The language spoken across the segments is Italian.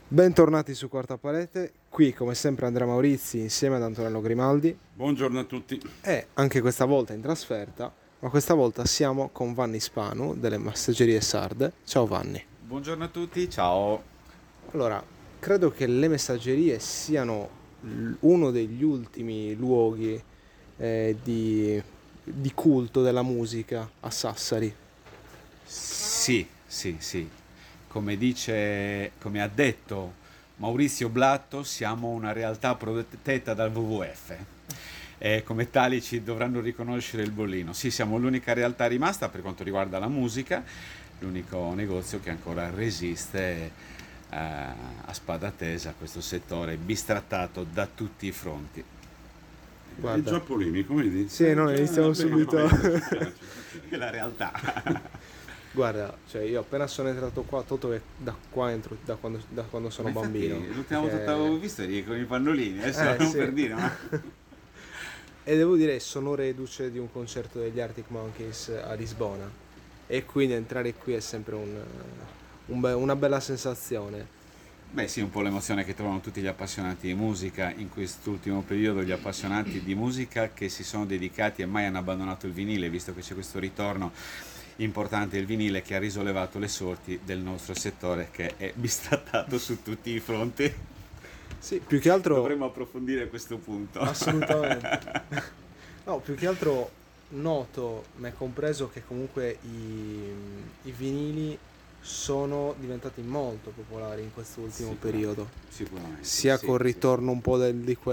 Bentornati su Quarta Parete, qui come sempre Andrea Maurizi insieme ad Antonello Grimaldi Buongiorno a tutti. e anche questa volta in trasferta, ma questa volta siamo con Vanni Spanu delle Massaggerie Sarde. Ciao Vanni. Buongiorno a tutti, ciao. Allora, credo che le messaggerie siano uno degli ultimi luoghi di culto della musica a Sassari. Sì. Come ha detto Maurizio Blatto, siamo una realtà protetta dal WWF e come tali ci dovranno riconoscere il bollino. Sì, siamo l'unica realtà rimasta per quanto riguarda la musica, l'unico negozio che ancora resiste a spada tesa a questo settore bistrattato da tutti i fronti. È già Guarda, polemico, vedi? sì, noi Già, iniziamo bene, subito. no, mi dispiace. È la realtà. Guarda, cioè io appena sono entrato qua, Toto è da qua entro, da quando sono Ma infatti, bambino. l'ultima volta che l'avevo visto eri con i pannolini, adesso non Sì. per dire, ma... E devo dire, sono reduce di un concerto degli Arctic Monkeys a Lisbona. E quindi entrare qui è sempre una bella sensazione. Beh sì, un po' l'emozione che trovano tutti gli appassionati di musica in quest'ultimo periodo, gli appassionati di musica che si sono dedicati e mai hanno abbandonato il vinile, visto che c'è questo ritorno importante del vinile che ha risollevato le sorti del nostro settore che è bistrattato su tutti i fronti. Sì, più che altro, Dovremmo approfondire questo punto. assolutamente. No, più che altro noto, me compreso, che comunque i vinili sono diventati molto popolari in quest'ultimo periodo. Sicuramente, Sia sì, col sì. ritorno un po'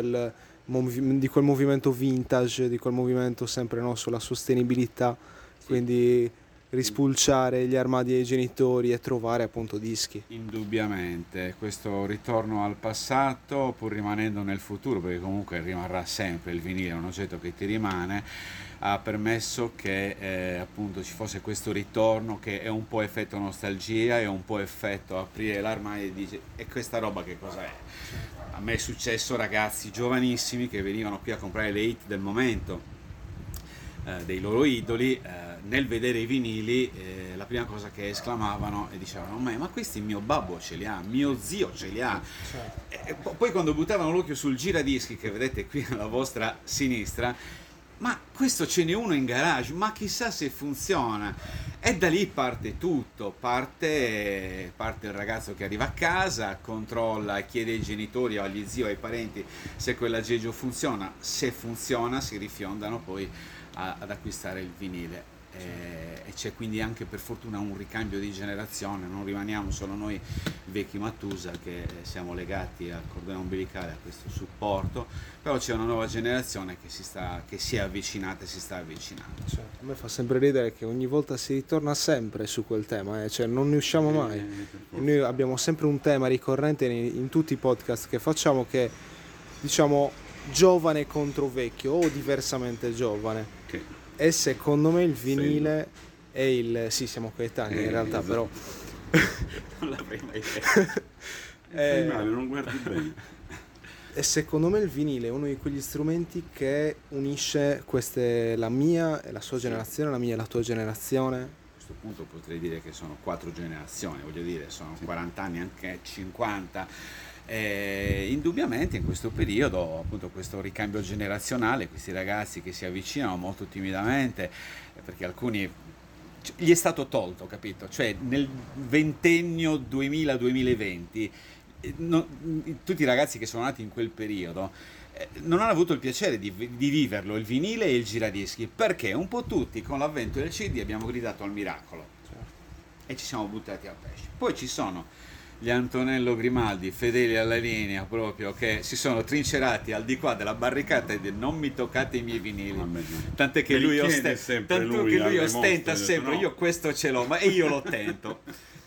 di quel movimento vintage, di quel movimento sempre no, sulla sostenibilità, Sì. quindi rispulciare gli armadi ai genitori e trovare appunto dischi. Indubbiamente, questo ritorno al passato, pur rimanendo nel futuro, perché comunque rimarrà sempre il vinile, è un oggetto che ti rimane, ha permesso che appunto ci fosse questo ritorno che è un po' effetto nostalgia, è un po' effetto aprire l'armadio e dice e questa roba che cos'è? A me è successo ragazzi giovanissimi che venivano qui a comprare le hit del momento dei loro idoli, nel vedere i vinili la prima cosa che esclamavano e dicevano ma questi mio babbo ce li ha, mio zio ce li ha. E poi quando buttavano l'occhio sul giradischi che vedete qui alla vostra sinistra, ma questo ce n'è uno in garage, ma chissà se funziona. E da lì parte tutto, parte il ragazzo che arriva a casa, controlla, chiede ai genitori o agli zii o ai parenti se quell'aggeggio funziona, se funziona si rifiondano poi ad acquistare il vinile. E c'è quindi anche per fortuna un ricambio di generazione, non rimaniamo solo noi vecchi Mattusa che siamo legati al cordone ombelicale, a questo supporto, però c'è una nuova generazione che si è avvicinata e si sta avvicinando. Cioè, a me fa sempre ridere che ogni volta si ritorna sempre su quel tema, cioè non ne usciamo mai. Per E forza. noi abbiamo sempre un tema ricorrente in tutti i podcast che facciamo che diciamo giovane contro vecchio o diversamente giovane. Che E secondo me il segno. vinile è il... Sì, siamo coetanei in realtà, però... Esatto. Non l'avrei mai detto. Fai è, male, non guardi bene. è secondo me il vinile è uno di quegli strumenti che unisce la mia e la sua Sì. generazione, la mia e la tua generazione. A questo punto potrei dire che sono quattro generazioni, voglio dire, sono 40 anni, anche 50. Indubbiamente in questo periodo, appunto, questo ricambio generazionale, questi ragazzi che si avvicinano molto timidamente, perché alcuni gli è stato tolto, capito? Cioè nel ventennio 2000-2020, tutti i ragazzi che sono nati in quel periodo non hanno avuto il piacere di viverlo, il vinile e il giradischi, perché un po' tutti con l'avvento del CD abbiamo gridato al miracolo e ci siamo buttati a pesce. Poi ci sono gli Antonello Grimaldi, fedeli alla linea proprio, che si sono trincerati al di qua della barricata e dicono non mi toccate i miei vinili. Mamma mia. Tant'è che Me li lui, chiede sempre tanto lui che lui alle ostenta mostre, sempre, no. io questo ce l'ho, ma e io lo tento.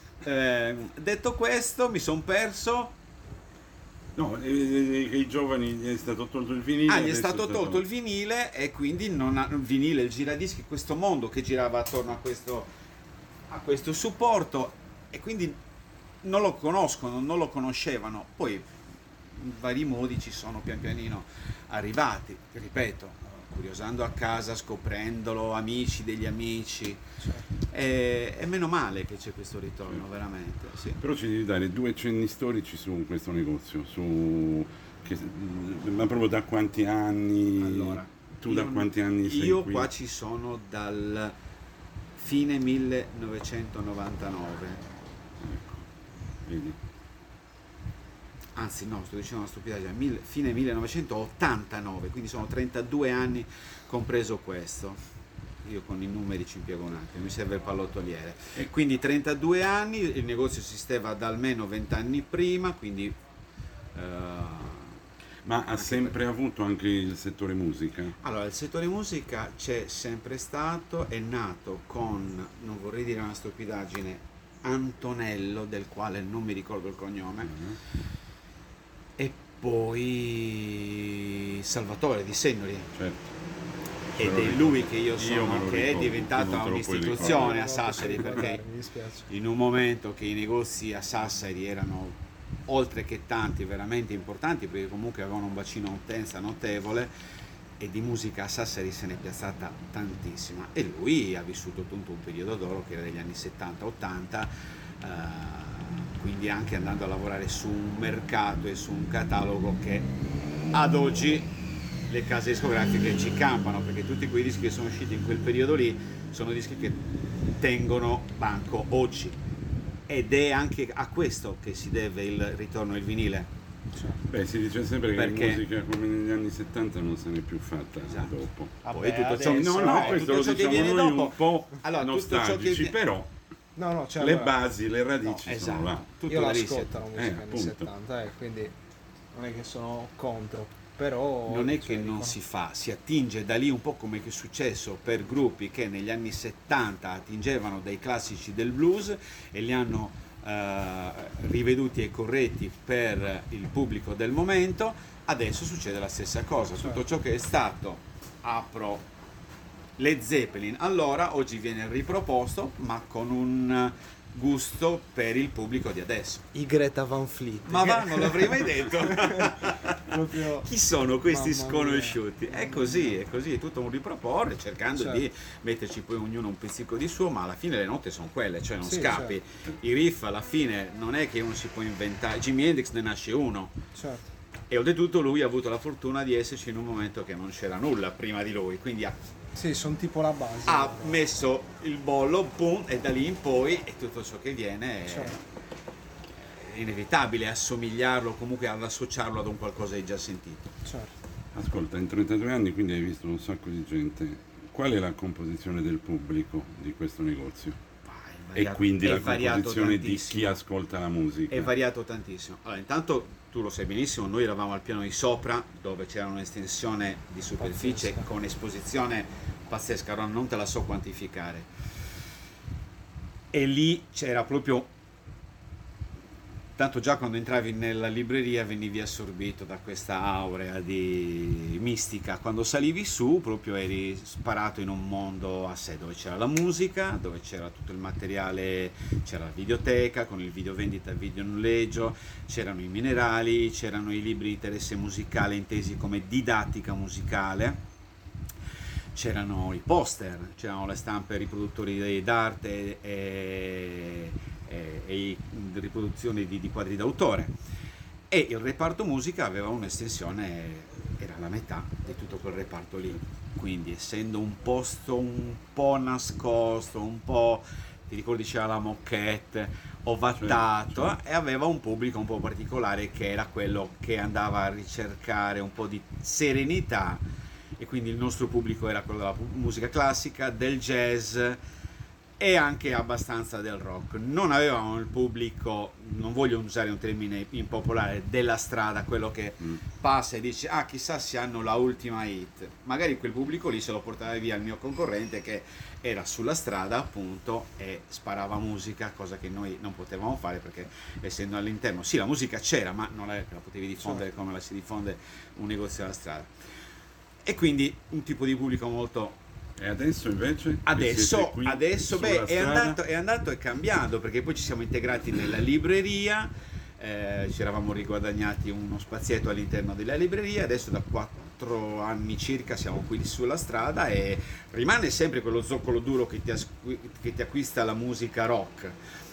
Detto questo, mi sono perso. No, che i giovani gli è stato tolto il vinile. Ah, gli è adesso stato tolto il vinile e quindi non ha il vinile, il giradischi, questo mondo che girava attorno a questo supporto e quindi non lo conoscono, non lo conoscevano. Poi in vari modi ci sono pian pianino arrivati, ripeto, curiosando a casa, scoprendolo, amici degli amici. Certo. E meno male che c'è questo ritorno, veramente. Sì. Però ci devi dare 2 cenni storici su questo negozio, ma proprio da quanti anni? Allora, tu da quanti anni sei io qui? qua ci sono dal fine 1999. Ecco, vedi. Anzi no, sto dicendo una stupidaggine, fine 1989, quindi sono 32 anni compreso questo. Io con i numeri ci impiego un attimo, mi serve il pallottoliere. E quindi 32 anni, il negozio esisteva da almeno 20 anni prima, quindi... Ma ha sempre avuto anche il settore musica? Allora, il settore musica c'è sempre stato, è nato con, non vorrei dire una stupidaggine, Antonello, del quale non mi ricordo il cognome, e poi Salvatore di Sennoli. Certo. Ed è lui che io sono, me lo che è ricordo, diventata tu non te lo puoi un'istituzione a ricordare. Sassari, perché Mi dispiace. in un momento che i negozi a Sassari erano oltre che tanti veramente importanti, perché comunque avevano un bacino utenza notevole, e di musica a Sassari se n'è piazzata tantissima, e lui ha vissuto tutto un periodo d'oro che era degli anni 70-80, quindi anche andando a lavorare su un mercato e su un catalogo che ad oggi le case discografiche ci campano, perché tutti quei dischi che sono usciti in quel periodo lì sono dischi che tengono banco oggi, ed è anche a questo che si deve il ritorno del vinile. Beh, si dice sempre Perché? che musica come negli anni 70 non se n'è più fatta Esatto. dopo. Poi tutto ciò, adesso- Questo tutto lo ciò che diciamo viene noi dopo, un po' allora, tutto ciò che nostalgici, viene- però No, cioè, le allora, basi, le radici esatto, sono là. tutto io da l'ascolto la reset. musica anni appunto. 70, quindi non è che sono contro, però... Non è cioè, che non dico- si fa, si attinge da lì, un po' come che è successo per gruppi che negli anni 70 attingevano dai classici del blues e li hanno riveduti e corretti per il pubblico del momento. Adesso succede la stessa cosa, tutto ciò che è stato, apro Led Zeppelin, allora oggi viene riproposto, ma con un gusto per il pubblico di adesso. I Greta Van Fleet. Ma va, non l'avrei mai detto. Proprio... Chi sono questi Mamma sconosciuti? mia. È così, è così, è tutto un riproporre, cercando Certo. di metterci poi ognuno un pizzico di suo, ma alla fine le note sono quelle, cioè non Sì, scappi. I riff alla fine non è che uno si può inventare, Jimi Hendrix ne nasce uno, Certo. e oltretutto lui ha avuto la fortuna di esserci in un momento che non c'era nulla prima di lui, quindi ha Sì, sono tipo la base. messo il bollo, boom, e da lì in poi e tutto ciò che viene è Certo. inevitabile assomigliarlo, comunque ad associarlo ad un qualcosa che hai già sentito. Certo. Ascolta, in 32 anni quindi hai visto un sacco di gente. Qual è la composizione del pubblico di questo negozio? E quindi la composizione di chi ascolta la musica? È variato tantissimo. Allora, intanto tu lo sai benissimo, noi eravamo al piano di sopra, dove c'era un'estensione di superficie Pazzesca. con esposizione pazzesca, allora non te la so quantificare. E lì c'era proprio... Tanto già quando entravi nella libreria venivi assorbito da questa aurea di mistica. Quando salivi su proprio eri sparato in un mondo a sé, dove c'era la musica, dove c'era tutto il materiale, c'era la videoteca con il video vendita e il video noleggio, c'erano i minerali, c'erano i libri di interesse musicale intesi come didattica musicale, c'erano i poster, c'erano le stampe riproduttori d'arte e riproduzioni di quadri d'autore, e il reparto musica aveva un'estensione, era la metà di tutto quel reparto lì, quindi essendo un posto un po' nascosto, un po', ti ricordi c'era la moquette, ovattato, Certo. e aveva un pubblico un po' particolare che era quello che andava a ricercare un po' di serenità, e quindi il nostro pubblico era quello della musica classica, del jazz e anche abbastanza del rock. Non avevamo il pubblico, non voglio usare un termine impopolare, della strada, quello che passa e dice ah chissà se hanno la ultima hit. Magari quel pubblico lì se lo portava via il mio concorrente che era sulla strada appunto e sparava musica, cosa che noi non potevamo fare perché essendo all'interno, sì la musica c'era ma non è che la potevi diffondere come la si diffonde un negozio alla strada. E quindi un tipo di pubblico molto... E adesso invece? Adesso beh, è strada? andato e cambiando, perché poi ci siamo integrati nella libreria, ci eravamo riguadagnati uno spazietto all'interno della libreria, adesso da 4 anni circa siamo qui sulla strada e rimane sempre quello zoccolo duro che ti acquista la musica rock.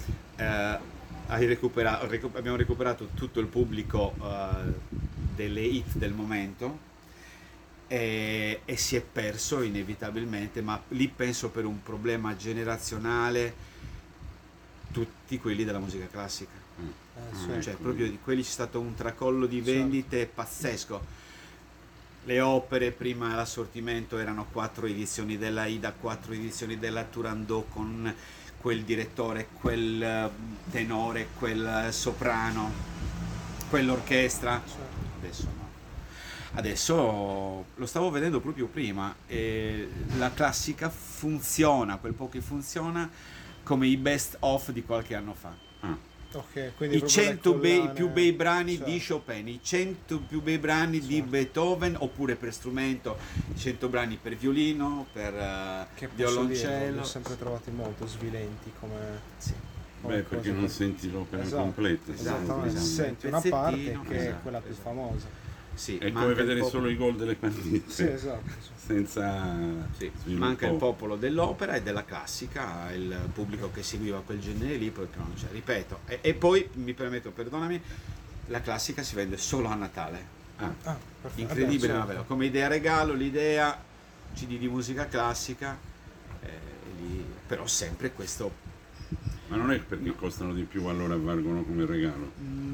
Abbiamo recuperato tutto il pubblico delle hit del momento e si è perso inevitabilmente, ma lì penso per un problema generazionale tutti quelli della musica classica. Cioè proprio di quelli c'è stato un tracollo di vendite pazzesco. Le opere prima l'assortimento erano 4 edizioni della Aida, 4 edizioni della Turandot con quel direttore, quel tenore, quel soprano, quell'orchestra. Adesso no. Adesso lo stavo vedendo proprio prima e la classica funziona, quel po' che funziona, come i best of di qualche anno fa. Okay, quindi I 100 più bei brani certo. di Chopin, i 100 più bei brani di Beethoven, oppure per strumento, i 100 brani per violino, per violoncello. Li ho sempre trovati molto svilenti come... Perché non senti l'opera completa. Esattamente, senti una parte che è quella più famosa. Sì, è come vedere solo i gol delle partite. Sì, esatto. Senza manca il popolo dell'opera e della classica, il pubblico che seguiva quel genere lì, perché non c'è, ripeto. E poi mi permetto, perdonami, la classica si vende solo a Natale. Incredibile, ma vero. Come idea regalo, l'idea CD di musica classica, però sempre questo. Ma non è perché costano di più allora valgono come regalo?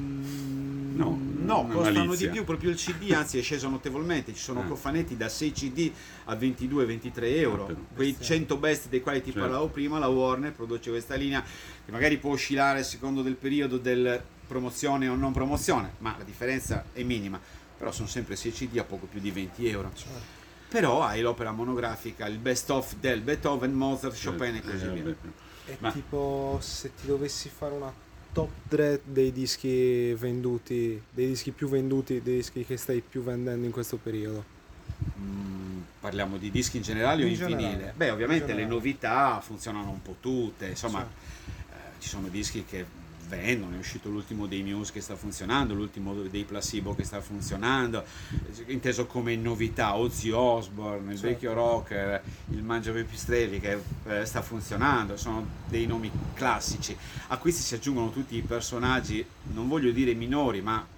No, costano malizia. Di più, proprio il CD anzi è sceso notevolmente, ci sono cofanetti da 6 CD a 22-23 euro, quei 100 best dei quali ti parlavo prima. La Warner produce questa linea che magari può oscillare a secondo del periodo del promozione o non promozione, ma la differenza è minima, però sono sempre 6 CD a poco più di 20 euro. Però hai l'opera monografica, il best of del Beethoven, Mozart, Chopin e così via. È tipo se ti dovessi fare una top 3 dei dischi venduti, dei dischi più venduti, dei dischi che stai più vendendo in questo periodo. Parliamo di dischi in generale o in vinile? Beh, ovviamente le novità funzionano un po' tutte, insomma, ci sono dischi che vendono, è uscito l'ultimo dei Muse che sta funzionando, l'ultimo dei Placebo che sta funzionando, inteso come novità, Ozzy Osbourne, il vecchio rocker, il Mangiapipistrelli che sta funzionando, sono dei nomi classici. A questi si aggiungono tutti i personaggi, non voglio dire minori, ma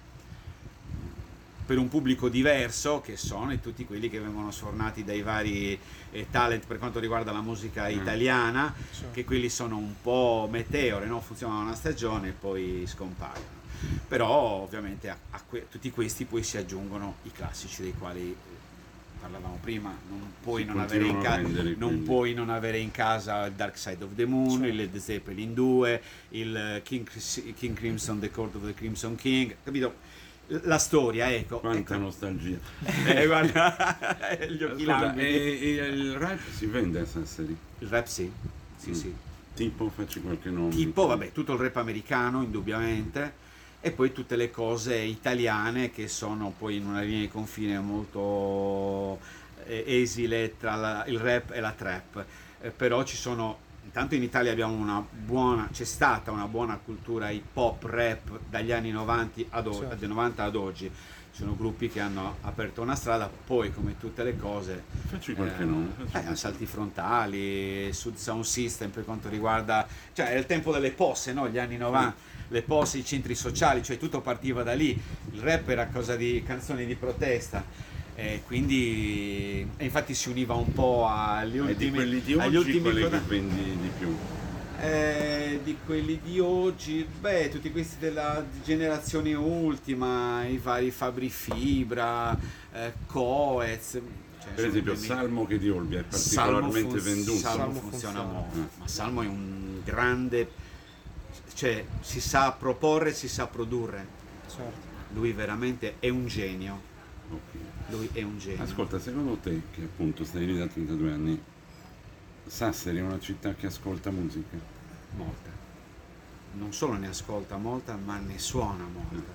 per un pubblico diverso, che sono e tutti quelli che vengono sfornati dai vari talent per quanto riguarda la musica italiana, che quelli sono un po' meteore, no? Funzionano una stagione e poi scompaiono. Però ovviamente a tutti questi poi si aggiungono i classici dei quali parlavamo prima, non puoi non avere in casa il Dark Side of the Moon, il Led Zeppelin 2, il King Crimson, The Court of the Crimson King, capito? La storia, ecco. Quanta nostalgia. Guarda, gli occhi languidi. Il rap si vende a Sassari? Il rap sì. Tipo, facci qualche nome. Tipo, vabbè, tutto il rap americano, indubbiamente, e poi tutte le cose italiane che sono poi in una linea di confine molto esile tra il rap e la trap. Però ci sono... Intanto in Italia abbiamo c'è stata una buona cultura hip hop, rap dagli anni 90 ad oggi, dal 90 ad oggi. Ci sono gruppi che hanno aperto una strada, poi come tutte le cose, facci qualche nome. Assalti Frontali, Sud Sound System per quanto riguarda, cioè è il tempo delle posse, no? Gli anni 90, le posse, i centri sociali, cioè tutto partiva da lì. Il rap era cosa di canzoni di protesta. Quindi infatti si univa un po' agli ultimi. E di quelli di oggi quelli che vendi di più? Di quelli di oggi, tutti questi della generazione ultima, i vari Fabri Fibra, Coez. Per esempio Salmo che di Olbia è particolarmente venduto. Salmo funziona molto, ma Salmo è un grande, cioè si sa proporre, si sa produrre. Lui veramente è un genio. Lui è un genio. Ascolta, secondo te, che appunto stai lì da 32 anni, Sassari è una città che ascolta musica? Molta. Non solo ne ascolta molta, ma ne suona molta.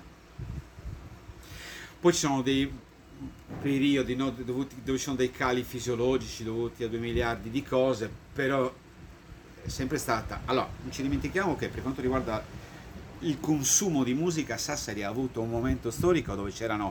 Poi ci sono dei periodi, no, dove ci sono dei cali fisiologici dovuti a 2 miliardi di cose, però è sempre stata... Allora, non ci dimentichiamo che per quanto riguarda il consumo di musica, Sassari ha avuto un momento storico dove c'erano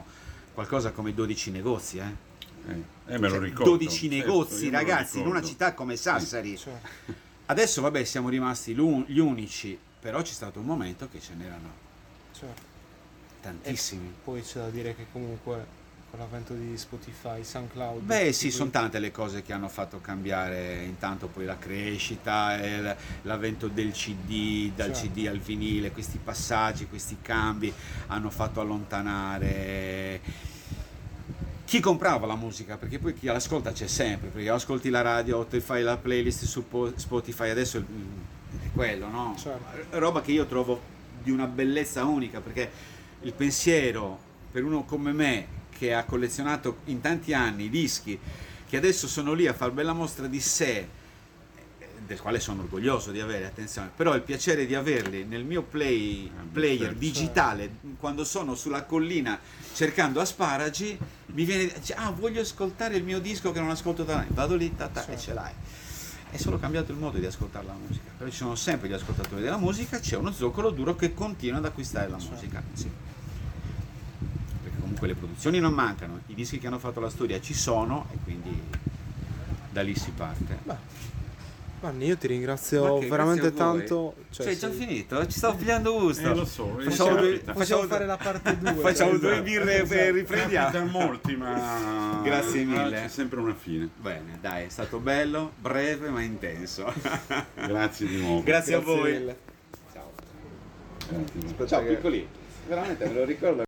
qualcosa come 12 negozi, me lo ricordo. 12 negozi, ragazzi, in una città come Sassari. Sì. Adesso, vabbè, siamo rimasti gli unici, però c'è stato un momento che ce n'erano tantissimi. E poi c'è da dire che comunque con l'avvento di Spotify, SoundCloud... Beh sì, sono tante le cose che hanno fatto cambiare intanto poi la crescita, l'avvento del CD, dal CD al vinile, questi passaggi, questi cambi hanno fatto allontanare chi comprava la musica, perché poi chi l'ascolta c'è sempre, perché ascolti la radio o ti fai la playlist su Spotify, adesso è quello, no? Certo. Roba che io trovo di una bellezza unica, perché il pensiero per uno come me che ha collezionato in tanti anni i dischi, che adesso sono lì a far bella mostra di sé, del quale sono orgoglioso di avere, attenzione, però il piacere di averli nel mio player digitale, quando sono sulla collina cercando asparagi, mi viene voglio ascoltare il mio disco che non ascolto da anni, vado lì, e ce l'hai. È solo cambiato il modo di ascoltare la musica, però ci sono sempre gli ascoltatori della musica, c'è uno zoccolo duro che continua ad acquistare la musica. Sì. Comunque le produzioni non mancano, i dischi che hanno fatto la storia ci sono e quindi da lì si parte. Vanni, io ti ringrazio veramente tanto. Cioè, già finito? Ci stavo pigliando gusto. Lo so. Facciamo fare la parte 2. Facciamo 2 birre e riprendiamo. Da molti, ma grazie mille. C'è sempre una fine. Bene, dai, è stato bello, breve ma intenso. Grazie di nuovo. Grazie a voi. Mille. Ciao. Grazie. Ciao piccoli. Veramente me lo ricordo.